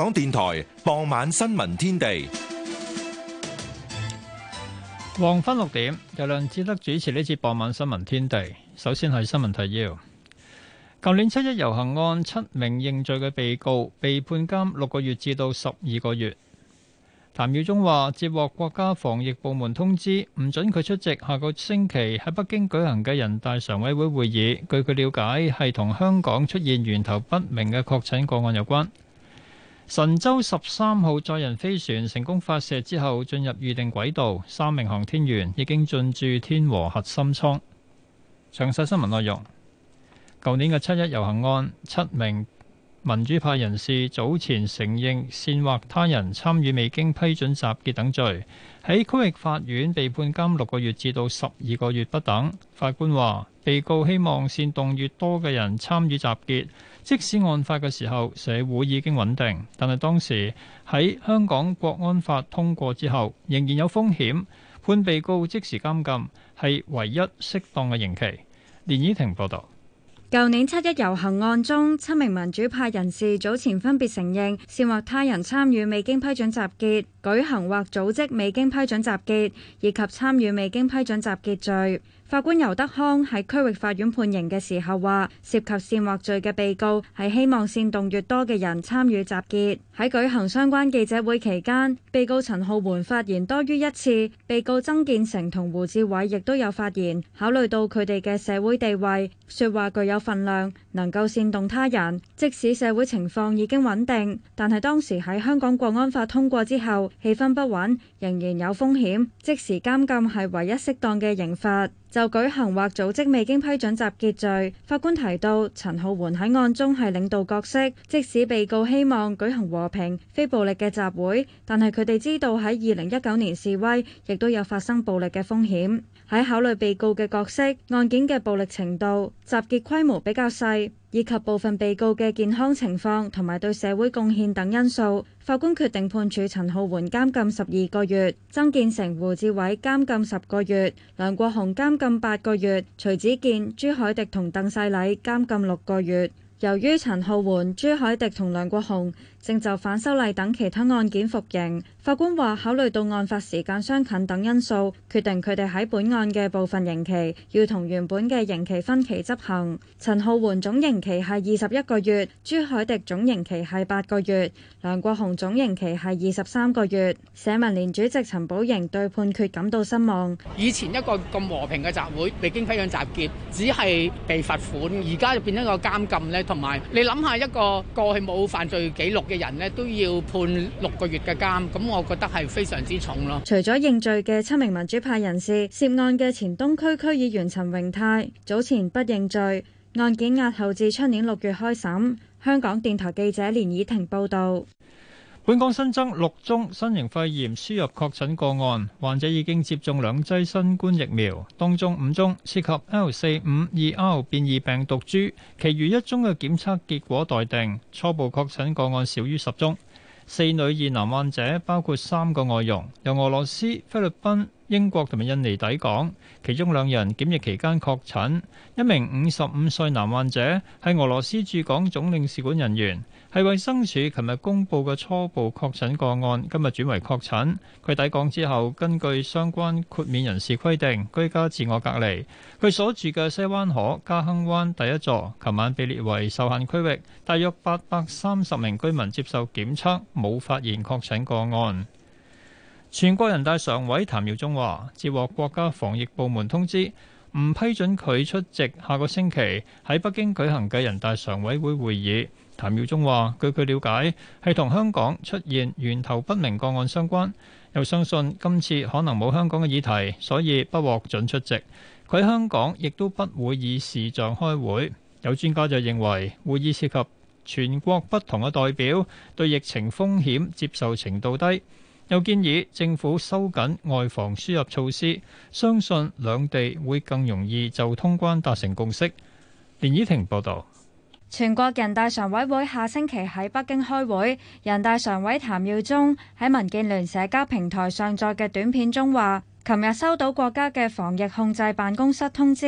港電台傍晚新聞天地。 黃昏6點，由梁志德主持呢節傍晚新聞天地。首先係新聞提要。舊年7·1遊行案7名認罪嘅被告被判監6個月至到12個月。譚耀宗話接獲國家防疫部門通知，唔准佢出席下個星期喺北京舉行嘅人大常委會會議。據佢了解，係同香港出現源頭不明嘅確診個案有關。神舟13號載人飛船成功發射之後進入預定軌道，3名航天員已經進駐天和核心艙。詳細新聞內容。舊年嘅7·1遊行案，7名民主派人士早前承認煽惑他人參與未經批准集結等罪，喺區域法院被判監6個月至到12個月不等。法官話，被告希望煽動越多嘅人參與集結，即使案發嘅時候社會已經穩定，但係當時喺香港國安法通過之後，仍然有風險，判被告即時監禁係唯一適當嘅刑期。連依婷報導。 舊年7·1遊行案中，7名民主派人士早前分別承認煽惑他人參與未經批准集結、舉行或組織未經批准集結以及參與未經批准集結罪。法官尤德康喺區域法院判刑嘅時候話，涉及煽惑罪嘅被告係希望煽動越多嘅人參與集結。喺舉行相關記者會期間，被告陳皓桓發言多於一次，被告曾建成同胡志偉亦都有發言。考慮到佢哋嘅社會地位，說話具有分量，能夠煽動他人。即使社會情況已經穩定，但係當時喺香港國安法通過之後，氣氛不穩，仍然有風險，即時監禁係唯一適當嘅刑罰。就舉行或組織未經批准集結罪，法官提到陳皓桓喺案中係領導角色，即使被告希望舉行和平、非暴力嘅集會，但係佢哋知道喺2019年示威亦都有發生暴力嘅風險。喺考慮被告嘅角色、案件嘅暴力程度、集結規模比較細，以及部分被告嘅健康情況同埋對社會貢獻等因素，法官決定判處陳皓桓監禁12個月，曾建成、胡志偉監禁10個月，梁國雄監禁8個月，徐子健、朱凱廸同鄧世禮監禁6個月。由於陳皓桓、朱凱廸同梁國雄正就反修例等其他案件服刑，法官話考慮到案發時間相近等因素，決定佢哋喺本案嘅部分刑期要同原本嘅刑期分期執行。陳皓桓總刑期係21個月，朱凱廸總刑期係8個月，梁國雄總刑期係23個月。社民連主席陳寶瑩對判決感到失望。 以前一個咁和平嘅集會，未經批准集結，只係被罰款，而家就變咗個監禁咧。同埋你諗下，一個過去冇犯罪記錄嘅人咧，都要判6個月嘅監，咁我覺得係非常之重咯。 除咗認罪嘅7名民主派人士，涉案嘅前東區區議員陳榮泰早前不認罪，案件押後至出年6月開審。香港電台記者連以婷報導。 本港新增6宗新型肺炎輸入確診個案，患者已經接種2劑新冠疫苗，當中5宗涉及 L452R 變異病毒株，其餘1宗嘅檢測結果待定。初步確診個案少於10宗。4女2男患者包括3個外傭，由俄羅斯、菲律賓、英國同埋印尼抵港，其中2人檢疫期間確診。1名55歲男患者係俄羅斯駐港總領事館人員，係衛生署琴日公布嘅初步確診個案，今日轉為確診。佢抵港之後，根據相關豁免人士規定，居家自我隔離。佢所住嘅西灣河嘉亨灣第1座，琴晚被列為受限區域，大約830名居民接受檢測，冇發現確診個案。全國人大常委譚耀宗話，接獲國家防疫部門通知，唔批准佢出席下個星期喺北京舉行嘅人大常委會會議。譚耀宗話，據佢了解，係同香港出現源頭不明個案相關，又相信今次可能冇香港嘅議題，所以不獲准出席。佢喺香港亦都不會以視像開會。有專家就認為，會議涉及全國不同嘅代表，對疫情風險接受程度低。又建議政府收緊外防輸入措施，相信兩地會更容易就通關達成共識。連依婷報導。 全國人大常委會下星期喺北京開會，人大常委譚耀宗喺民建聯社交平台上載嘅短片中話，琴日收到國家嘅防疫控制辦公室通知，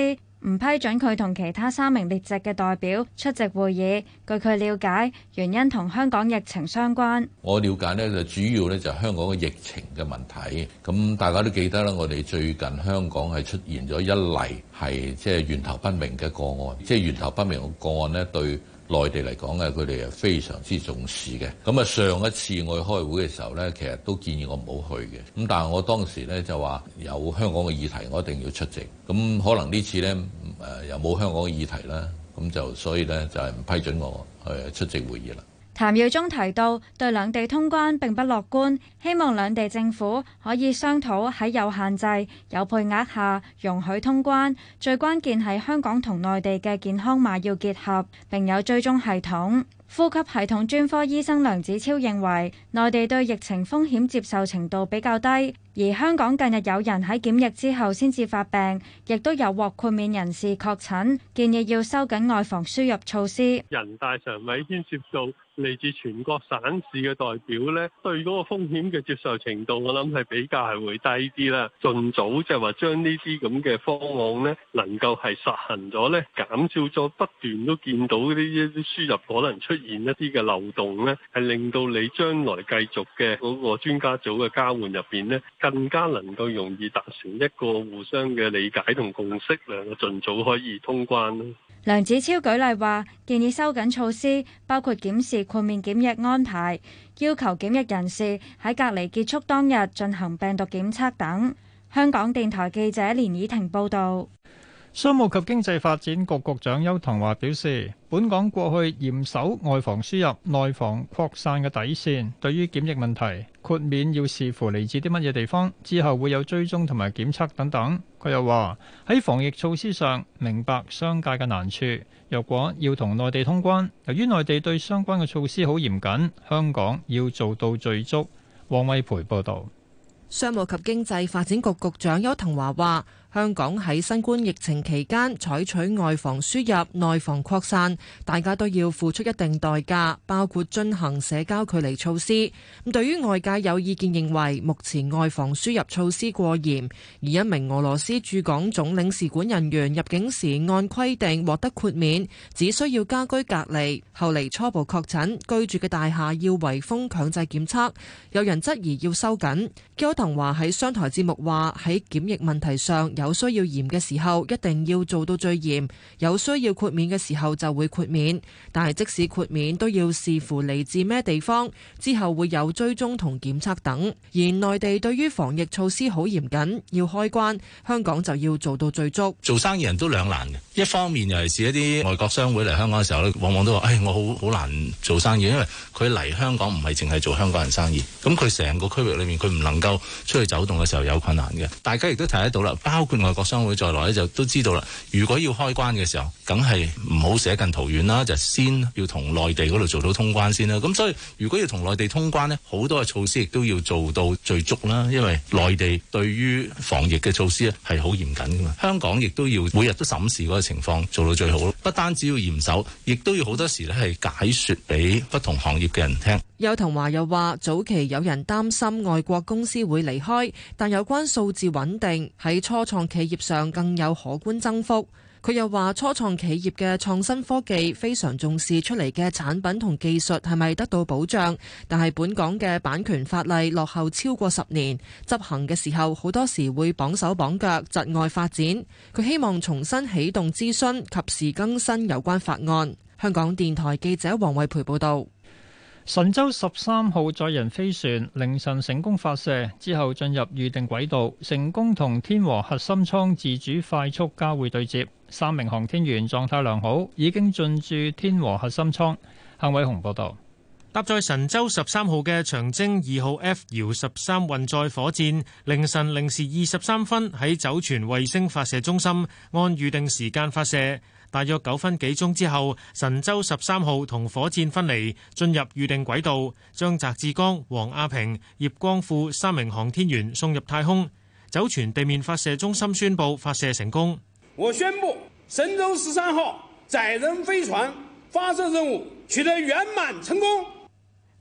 唔批准佢同其他3名列席嘅代表出席會議。據佢了解，原因同香港疫情相關。 我了解呢，就主要呢就係香港嘅疫情嘅問題。咁大家都記得啦，我哋最近香港係出現咗一例係即係源頭不明嘅個案，即係源頭不明嘅個案呢，對內地嚟講咧，佢哋係非常之重視嘅。咁啊，上一次我去開會嘅時候呢，其實都建議我唔好去嘅。咁但係我當時呢就話有香港嘅議題，我一定要出席。咁可能呢次呢又冇香港嘅議題啦，咁就所以呢就係唔批准我出席會議啦。 譚耀宗提到，對兩地通關並不樂觀，希望兩地政府可以商討喺有限制、有配額下容許通關。最關鍵係香港同內地嘅健康碼要結合，並有追蹤系統。呼吸系統專科醫生梁子超認為，內地對疫情風險接受程度比較低，而香港近日有人喺檢疫之後先至發病，亦都有獲豁免人士確診，建議要收緊外防輸入措施。 人大常委牽涉到嚟自全國省市嘅代表呢，對嗰個風險嘅接受程度，我諗係比較係會低啲啦。盡早就話將呢啲咁嘅方案呢，能夠係實行咗呢，減少咗不斷都見到呢一啲輸入可能出現一啲嘅漏洞呢，係令到你將來繼續嘅嗰個專家組嘅交換入邊呢，更加能夠容易達成一個互相嘅理解同共識，兩個盡早可以通關咯。 梁子超舉例話，建議收緊措施，包括檢視豁免檢疫安排，要求檢疫人士喺隔離結束當日進行病毒檢測等。香港電台記者連以婷報導。 商務及經濟發展局局長邱騰華表示，本港過去嚴守外防輸入、內防擴散嘅底線，對於檢疫問題豁免要視乎嚟自啲乜嘢地方，之後會有追蹤同埋檢測等等。佢又話喺防疫措施上明白商界嘅難處，若果要同內地通關，由於內地對相關嘅措施好嚴謹，香港要做到最足。黃偉培報導。 商務及經濟發展局局長邱騰華話，香港喺新冠疫情期間採取外防輸入、內防擴散，大家都要付出一定代價，包括遵行社交距離措施。咁對於外界有意見認為目前外防輸入措施過嚴，而一名俄羅斯駐港總領事館人員入境時按規定獲得豁免，只需要家居隔離，後嚟初步確診，居住嘅大廈要圍封強制檢測，有人質疑要收緊。邱騰華喺商台節目話，喺檢疫問題上有需要嚴嘅時候，一定要做到最嚴；有需要豁免嘅時候就會豁免。但係即使豁免，都要視乎嚟自咩地方，之後會有追蹤同檢測等。而內地對於防疫措施好嚴謹，要開關，香港就要做到最足。 做生意人都兩難嘅，一方面尤其是一啲外國商會嚟香港嘅時候咧，往往都話：我好難做生意，因為佢嚟香港唔係淨係做香港人生意，咁佢成個區域裏面佢唔能夠出去走動嘅時候有困難嘅。大家亦都睇得到啦，包括外國商會在內咧，就都知道啦。如果要開關嘅時候，梗係唔好捨近圖遠啦，就先要同內地嗰度做到通關先啦。咁所以如果要同內地通關呢，好多嘅措施亦都要做到最足啦。因為內地對於防疫嘅措施係好嚴謹噶嘛，香港亦都要每日都審視嗰個情況，做到最好。不單止要嚴守，亦都要好多時咧係解說俾不同行業嘅人聽。 邱騰華又話，早期有人擔心外國公司會離開，但有關數字穩定，喺初創企業上更有可觀增幅。佢又話，初創企業嘅創新科技非常重視出嚟嘅產品同技術係咪得到保障，但係本港嘅版權法例落後超過10年，執行嘅時候好多時會綁手綁腳，窒礙發展。佢希望重新啟動諮詢，及時更新有關法案。香港電台記者黃慧培報道。 神舟13號載人飛船凌晨成功發射之後進入預定軌道，成功同天和核心艙自主快速交會對接，3名航天員狀態良好，已經進駐天和核心艙。幸偉雄報道。 搭載神舟13號嘅長征2號 F 遙13運載火箭，凌晨0時23分喺酒泉衛星發射中心按預定時間發射。大約9分幾鐘之後，神舟13號同火箭分離，進入預定軌道，將翟志剛、王亞平、葉光富3名航天員送入太空。酒泉地面發射中心宣布發射成功。 我宣布，神舟13號載人飛船發射任務取得圓滿成功。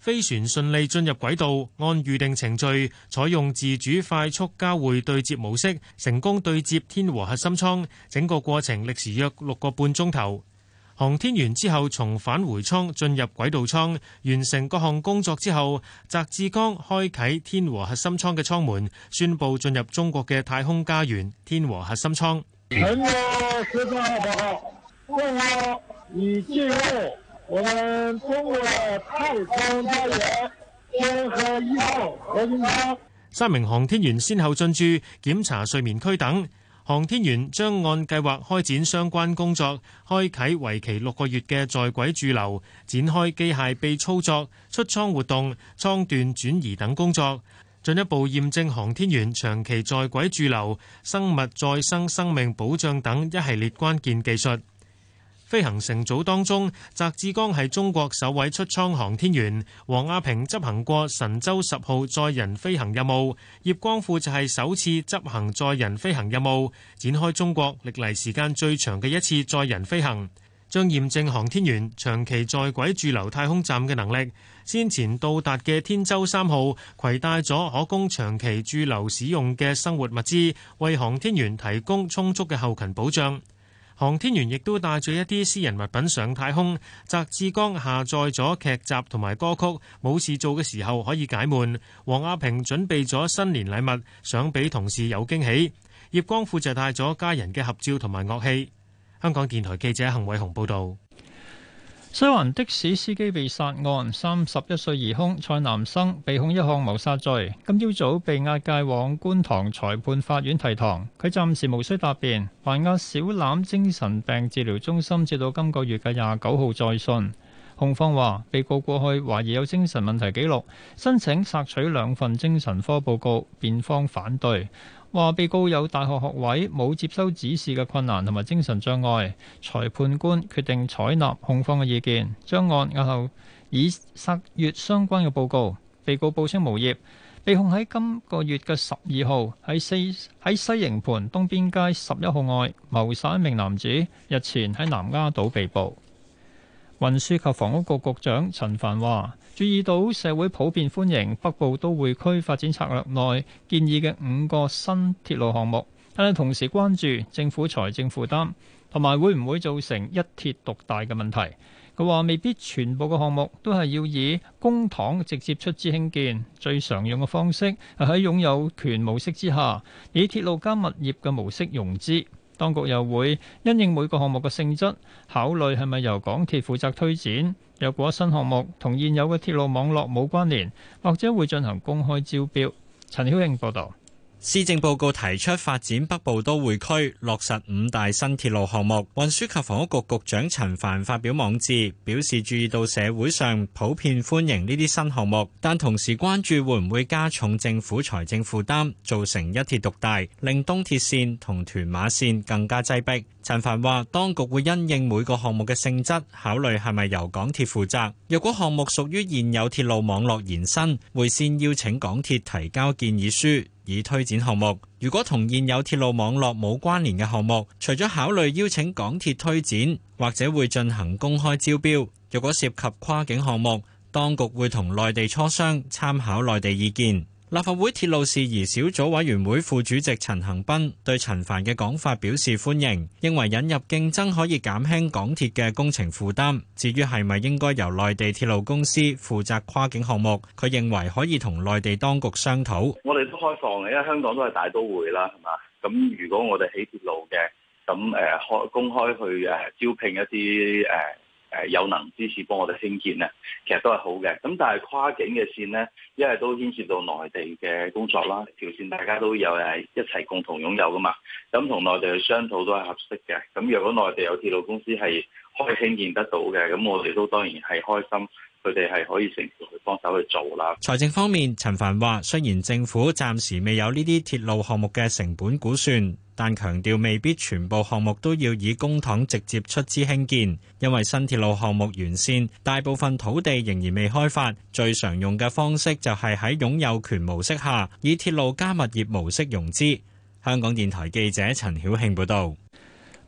飛船順利進入軌道，按預定程序，採用自主快速交會對接模式，成功對接天和核心艙，整個過程歷時約6個半鐘頭。航天員之後從返回艙進入軌道艙，完成各項工作之後，翟志剛開啟天和核心艙嘅艙門，宣布進入中國嘅太空家園天和核心艙。 乘坐13號報告，中國已進入我們中國的太空家園天和1號核心艙。 3名航天員先後進駐檢查睡眠區等。航天員將按計劃開展相關工作，開啟為期6個月嘅在軌駐留，展開機械臂操作、出艙活動、艙段轉移等工作，進一步驗證航天員長期在軌駐留、生物再生生命保障等一系列關鍵技術。飛行乘組當中，翟志剛係中國首位出艙航天員，王亞平執行過神舟10號載人飛行任務，葉光富就係首次執行載人飛行任務，展開中國歷嚟時間最長嘅一次載人飛行，將驗證航天員長期在軌駐留太空站嘅能力。先前到達嘅天舟3號攜帶咗可供長期駐留使用嘅生活物資，為航天員提供充足嘅後勤保障。航天員亦都帶咗一啲私人物品上太空。翟志剛下載咗劇集同埋歌曲，冇事做嘅時候可以解悶。王亞平準備咗新年禮物，想俾同事有驚喜。葉光富就帶咗家人嘅合照同埋樂器。香港電台記者幸偉雄報導。 西環的士司機被殺案，31歲疑兇蔡南生被控一項謀殺罪，今朝早被押解往觀塘裁判法院提堂。佢暫時無需答辯，還押小欖精神病治療中心至到今個月嘅29號再訊。控方話，被告過去懷疑有精神問題記錄，申請索取2份精神科報告，辯方反對。話被告有大學學位，冇接收指示嘅困難同埋精神障礙。裁判官決定採納控方嘅意見，將案押後以索閱相關嘅報告。被告報稱無業，被控喺今個月嘅12號喺西營盤東邊街11號外謀殺一名男子，日前喺南丫島被捕。運輸及房屋局局長陳帆話，注意到社會普遍歡迎北部都會區發展策略內建議嘅5個新鐵路項目，但係同時關注政府財政負擔同埋會唔會造成一鐵獨大嘅問題。佢話未必全部嘅項目都係要以公帑直接出資興建，最常用嘅方式係喺擁有權模式之下，以鐵路加物業嘅模式融資。當局又會因應每個項目嘅性質，考慮係咪由港鐵負責推展。若果新項目同現有嘅鐵路網絡冇關聯，或者會進行公開招標。陳曉慶報導。 施政報告提出發展北部都會區，落實5大新鐵路項目。運輸及房屋局局長陳帆發表網誌，表示注意到社會上普遍歡迎呢啲新項目，但同時關注會唔會加重政府財政負擔，造成一鐵獨大，令東鐵線同屯馬線更加擠迫。陳帆話，當局會因應每個項目嘅性質，考慮係咪由港鐵負責。若果項目屬於現有鐵路網絡延伸，會先邀請港鐵提交建議書，以推展項目。如果同現有鐵路網絡冇關聯嘅項目，除咗考慮邀請港鐵推展，或者會進行公開招標。若果涉及跨境項目，當局會同內地磋商，參考內地意見。立法會鐵路事宜小組委員會副主席陳恒鑌對陳帆嘅講法表示歡迎，認為引入競爭可以減輕港鐵嘅工程負擔。至於係咪應該由內地鐵路公司負責跨境項目，佢認為可以同內地當局商討。 我哋都開放嘅，因為香港都係大都會啦，係嘛？咁如果我哋起鐵路嘅，咁公開去招聘一啲有能之士幫我哋興建呢，其實都係好嘅。咁但係跨境嘅線呢，因為都牽涉到內地嘅工作啦，條線大家都有一齊共同擁有噶嘛。咁同內地去商討都係合適嘅。咁若果內地有鐵路公司係可以興建得到嘅，咁我哋都當然係開心，佢哋係可以成條去幫手去做啦。 財政方面，陳帆話，雖然政府暫時未有呢啲鐵路項目嘅成本估算，但強調未必全部項目都要以公帑直接出資興建，因為新鐵路項目完善，大部分土地仍然未開發，最常用嘅方式就係喺擁有權模式下，以鐵路加物業模式融資。香港電台記者陳曉慶報導。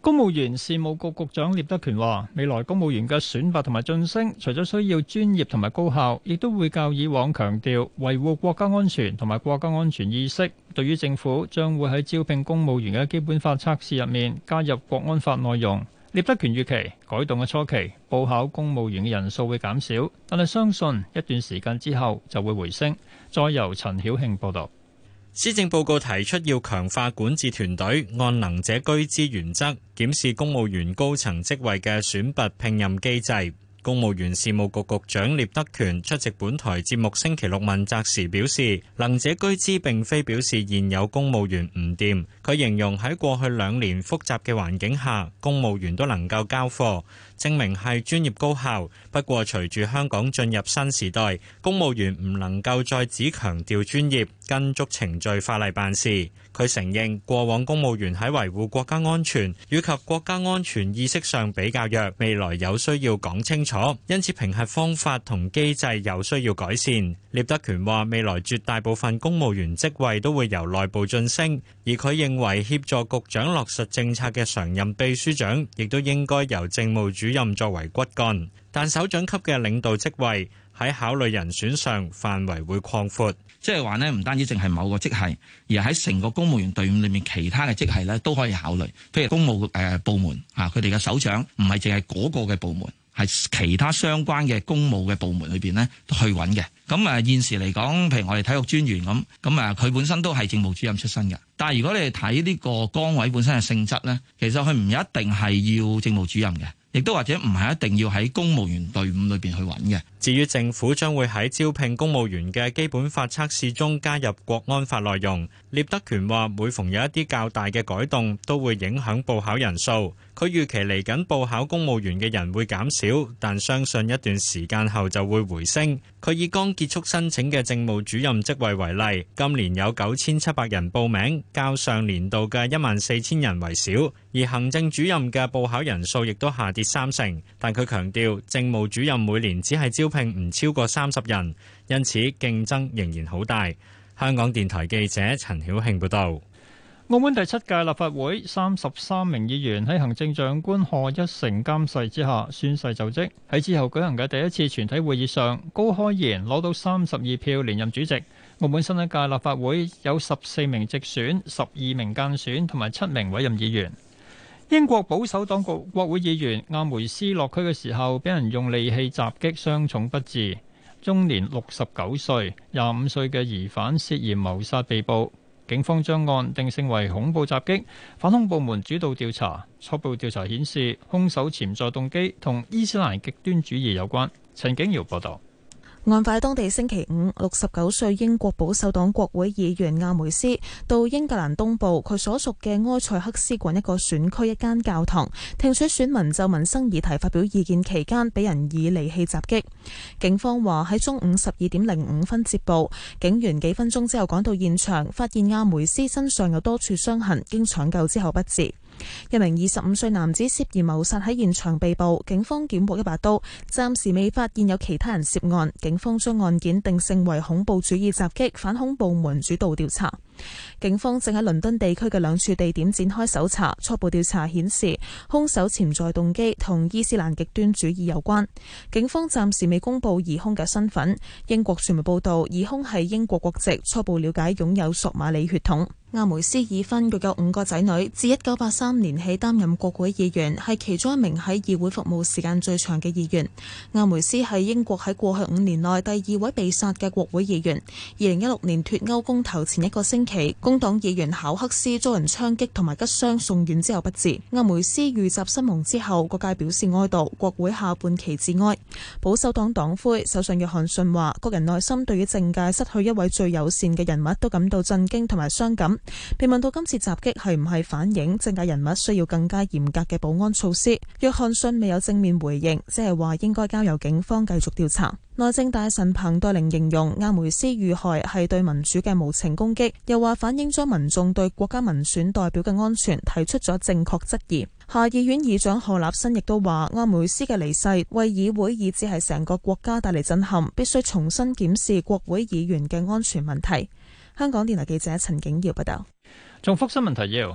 公務員事務局局長聶德權話：未來公務員嘅選拔同埋晉升，除咗需要專業同埋高效，亦都會較以往強調維護國家安全同埋國家安全意識。對於政府將會喺招聘公務員嘅基本法測試入面加入國安法內容，聶德權預期改動嘅初期報考公務員嘅人數會減少，但係相信一段時間之後就會回升。再由陳曉慶報導。 施政報告提出要強化管治團隊，按能者居之原則檢視公務員高層職位嘅選拔聘任機制。公務員事務局局長聶德權出席本台節目星期六問責時表示，能者居之並非表示現有公務員唔掂，佢形容喺過去2年複雜嘅環境下，公務員都能夠交貨，證明係專業高效。不過隨住香港進入新時代，公務員唔能夠再只強調專業，跟足程序法例辦事。佢承認過往公務員喺維護國家安全以及國家安全意識上比較弱，未來有需要講清楚，因此評核方法同機制有需要改善。聶德權話：未來絕大部分公務員職位都會由內部晉升，而佢認為協助局長落實政策嘅常任秘書長亦都應該由政務主任作為骨幹，但首長級嘅領導職位喺考慮人選上範圍會擴闊。 即係話呢，唔單止淨係某個職系，而喺成個公務員隊伍裏面，其他嘅職系呢都可以考慮。譬如公務部門啊，佢哋嘅首長唔係淨係嗰個嘅部門，係其他相關嘅公務嘅部門裏邊呢去揾嘅。咁現時嚟講，譬如我哋體育專員咁佢本身都係政務主任出身嘅。但係如果你哋睇呢個崗位本身嘅性質呢，其實佢唔一定係要政務主任嘅，亦都或者唔係一定要喺公務員隊伍裏邊去揾嘅。 至於政府將會喺招聘公務員嘅基本法測試中加入國安法內容，聶德權話每逢有一啲較大嘅改動，都會影響報考人數。佢預期嚟緊報考公務員嘅人會減少，但相信一段時間後就會回升。佢以剛結束申請嘅政務主任職位為例，今年有9700人報名，較上年度嘅14000人為少，而行政主任嘅報考人數亦都下跌30%。但佢強調，政務主任每年只係招聘唔超過30人，因此競爭仍然好大。香港電台記者陳曉慶報導。 澳門第7屆立法會33名議員喺行政長官賀一誠監誓之下宣誓就職。喺之後舉行嘅第一次全體會議上，高開賢攞到32票連任主席。澳門新一屆立法會有14名直選、12名間選同埋7名委任議員。英國保守黨國會議員阿梅斯落區嘅時候，俾人用利器襲擊，傷重不治。終年69歲，25歲嘅疑犯涉嫌謀殺被捕。警方將案定性為恐怖襲擊，反恐部門主導調查。初步調查顯示，兇手潛在動機同伊斯蘭極端主義有關。陳景瑤報道。 案發當地星期五，69歲英國保守黨國會議員阿梅斯到英格蘭東部佢所屬嘅埃塞克斯郡一個選區一間教堂聽取選民就民生議題發表意見期間，俾人以利器襲擊。警方話喺中午12點05分接報，警員幾分鐘之後趕到現場，發現阿梅斯身上有多處傷痕，經搶救之後不治。一名25歲男子涉嫌謀殺喺現場被捕，警方檢獲一把刀，暫時未發現有其他人涉案。警方將案件定性為恐怖主義襲擊，反恐部門主導調查。警方正喺倫敦地區嘅2處地點展開搜查，初步調查顯示，兇手潛在動機同伊斯蘭極端主義有關。警方暫時未公布疑兇嘅身份。英國傳媒報道，疑兇係英國國籍，初步了解擁有索馬里血統。阿梅斯已婚，育有5個仔女，自1983年起擔任國會議員，係其中一名喺議會服務時間最長嘅議員。阿梅斯係英國喺過去5年內第2位被殺嘅國會議員。2016年脫歐公投前1個星期，工黨議員考克斯遭人槍擊同埋吉傷，送院之後不治。阿梅斯遇襲身亡之後，各界表示哀悼，國會下半旗致哀。保守黨黨魁首相約翰遜話，個人內心對於政界失去一位最友善嘅人物都感到震驚同埋傷感。被問到今次襲擊係唔係反映政界人物需要更加嚴格嘅保安措施，約翰遜未有正面回應，即係話應該交由警方繼續調查。內政大臣彭黛玲形容阿梅斯遇害係對民主嘅無情攻擊，又話反映咗民眾對國家民選代表嘅安全提出咗正確質疑。下議院議長何立新亦都話，阿梅斯嘅離世為議會以至係成個國家帶嚟震撼，必須重新檢視國會議員嘅安全問題。香港電台記者陳景耀報道。 重複新聞提要：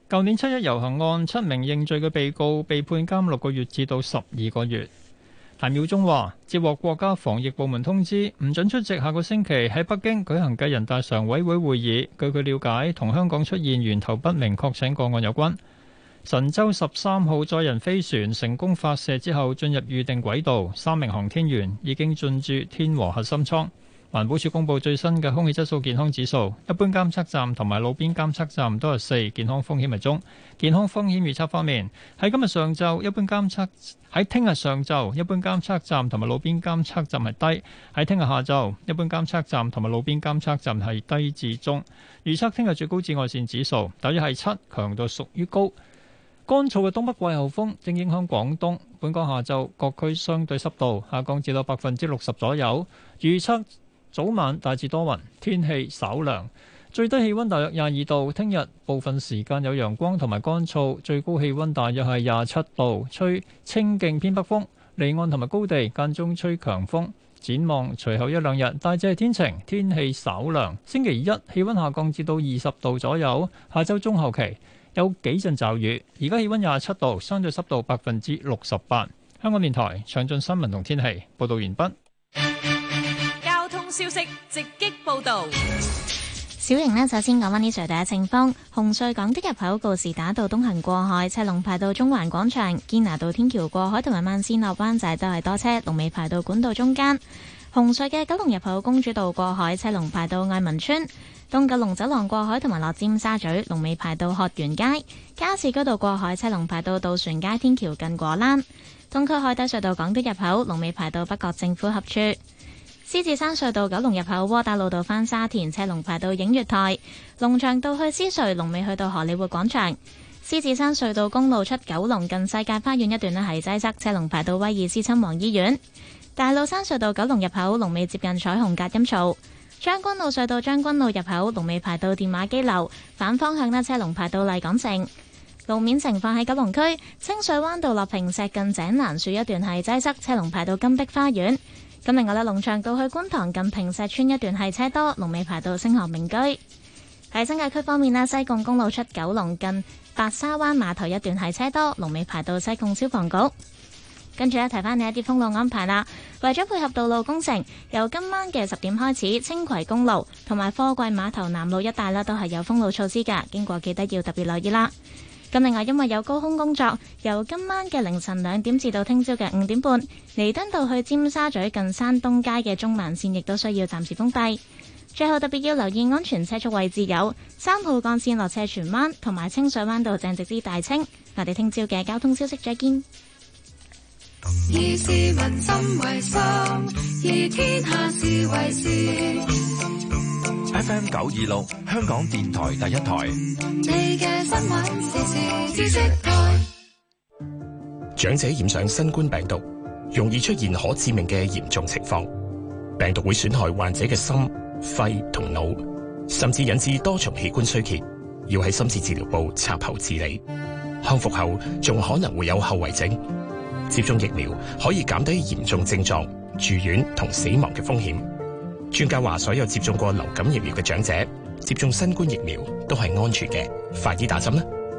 舊年7·1遊行案7名認罪嘅被告被判監6個月至到12個月。譚耀宗話：接獲國家防疫部門通知，唔准出席下個星期喺北京舉行嘅人大常委會會議。據佢了解，同香港出現源頭不明確診個案有關。神舟13號載人飛船成功發射之後進入預定軌道，3名航天員已經進駐天和核心艙。環保署公布最新嘅空氣質素健康指數，一般監測站同埋路邊監測站都係4，健康風險係中。健康風險預測方面，喺今日上晝一般監測喺聽日上晝一般監測站同埋路邊監測站係低，喺聽日下晝一般監測站同埋路邊監測站係低至中。預測聽日最高紫外線指數大約係7，強度屬於高。乾燥嘅東北季候風正影響廣東，本港下晝各區相對濕度下降至到60%左右。預測早晚大致多雲，天氣稍涼，最低氣溫大約22度。聽日部分時間有陽光同埋乾燥，最高氣溫大約係27度，吹清勁偏北風，離岸同埋高地間中吹強風。展望隨後一兩日大致係天晴，天氣稍涼。星期一氣溫下降至到20度左右，下週中後期有幾陣驟雨。而家氣溫27度，相對濕度68%。香港電台詳盡新聞同天氣報道完畢。 消息直擊報道。 小瑩呢，首先講返呢隧道嘅情況。紅隧港的入口告士打道東行過海，車龍排到中環廣場；堅拿道天橋過海同埋慢線落灣仔都係多車，龍尾排到管道中間。紅隧嘅九龍入口公主道過海，車龍排到愛民村；東九龍走廊過海同埋落尖沙咀，龍尾排到鶴園街。加士居道過海，車龍排到渡船街天橋近果欄。東區海底隧道港的入口，龍尾排到北角政府合署。獅子山隧道九龍入口窩打老道返沙田，車龍排到映月台；龍翔道去獅隧，龍尾去到荷里活廣場。獅子山隧道公路出九龍近世界花園一段呢係擠塞，車龍排到威爾斯親王醫院。大老山隧道九龍入口龍尾接近彩虹隔音槽。將軍澳隧道將軍澳入口龍尾排到電話機樓，反方向呢車龍排到麗港城。路面情況喺九龍區清水灣道落坪石近井欄樹一段係擠塞，車龍排到金碧花園。咁另外咧，龍翔道去觀塘近坪石村一段係車多，龍尾排到星河名居。喺新界區方面咧，西貢公路出九龍近白沙灣碼頭一段係車多，龍尾排到西貢消防局。跟住咧，提翻你一啲封路安排啦。為咗配合道路工程，由今晚嘅10點開始，青葵公路同埋貨櫃碼頭南路一帶咧都係有封路措施㗎，經過記得要特別留意啦。咁另外，因為有高空工作，由今晚嘅凌晨2點至到聽朝嘅5點半，彌敦道去尖沙咀近山東街嘅中慢線亦都需要暫時封閉。最後特別要留意安全車速位置有3號幹線落斜荃灣同埋清水灣道正直至大清。我哋聽朝嘅交通消息再見。 以市民心為心，以天下事為事。 FM 926香港電台第一台。 你嘅新聞時事知識台。 長者染上新冠病毒，容易出現可致命嘅嚴重情況。病毒會損害患者嘅心、肺同腦，甚至引致多重器官衰竭，要喺深切治療部插喉治理。康復後仲可能會有後遺症。接種疫苗可以減低嚴重症狀、住院同死亡嘅風險。專家話，所有接種過流感疫苗嘅長者接種新冠疫苗都係安全嘅，快啲打針啦！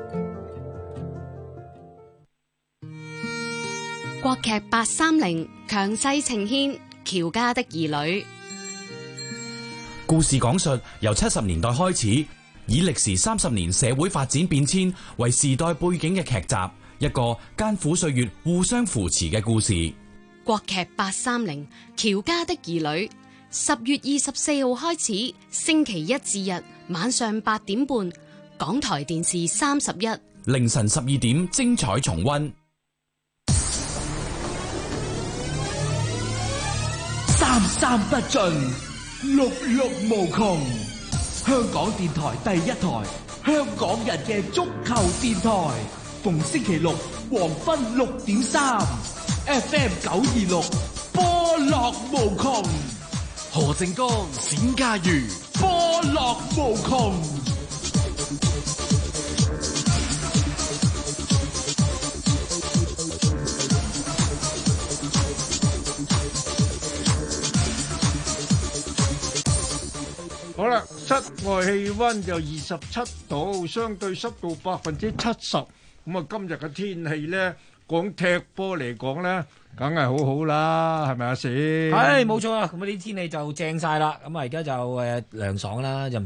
國劇830強勢呈現喬家的兒女。 故事講述由70年代開始，以歷時30年社會發展變遷為時代背景嘅劇集，一個艱苦歲月互相扶持嘅故事。 國劇830喬家的兒女，10月24號開始，星期一至日晚上8點半，港台電視31， 凌晨12點精彩重溫。 三三不盡，六六無窮。香港電台第一台，香港人嘅足球電台。逢星期六黃昏6點3 ，FM 926，波樂無窮。何正剛、冼家瑜，波樂無窮。 好啦， 啦，室外氣溫就27度，相對濕度70%。咁啊，今日嘅天氣咧，講踢波嚟講咧，梗係好好啦，係咪啊？史係冇錯啊！咁啊啲天氣就正晒啦，咁啊而家就涼爽啦，就唔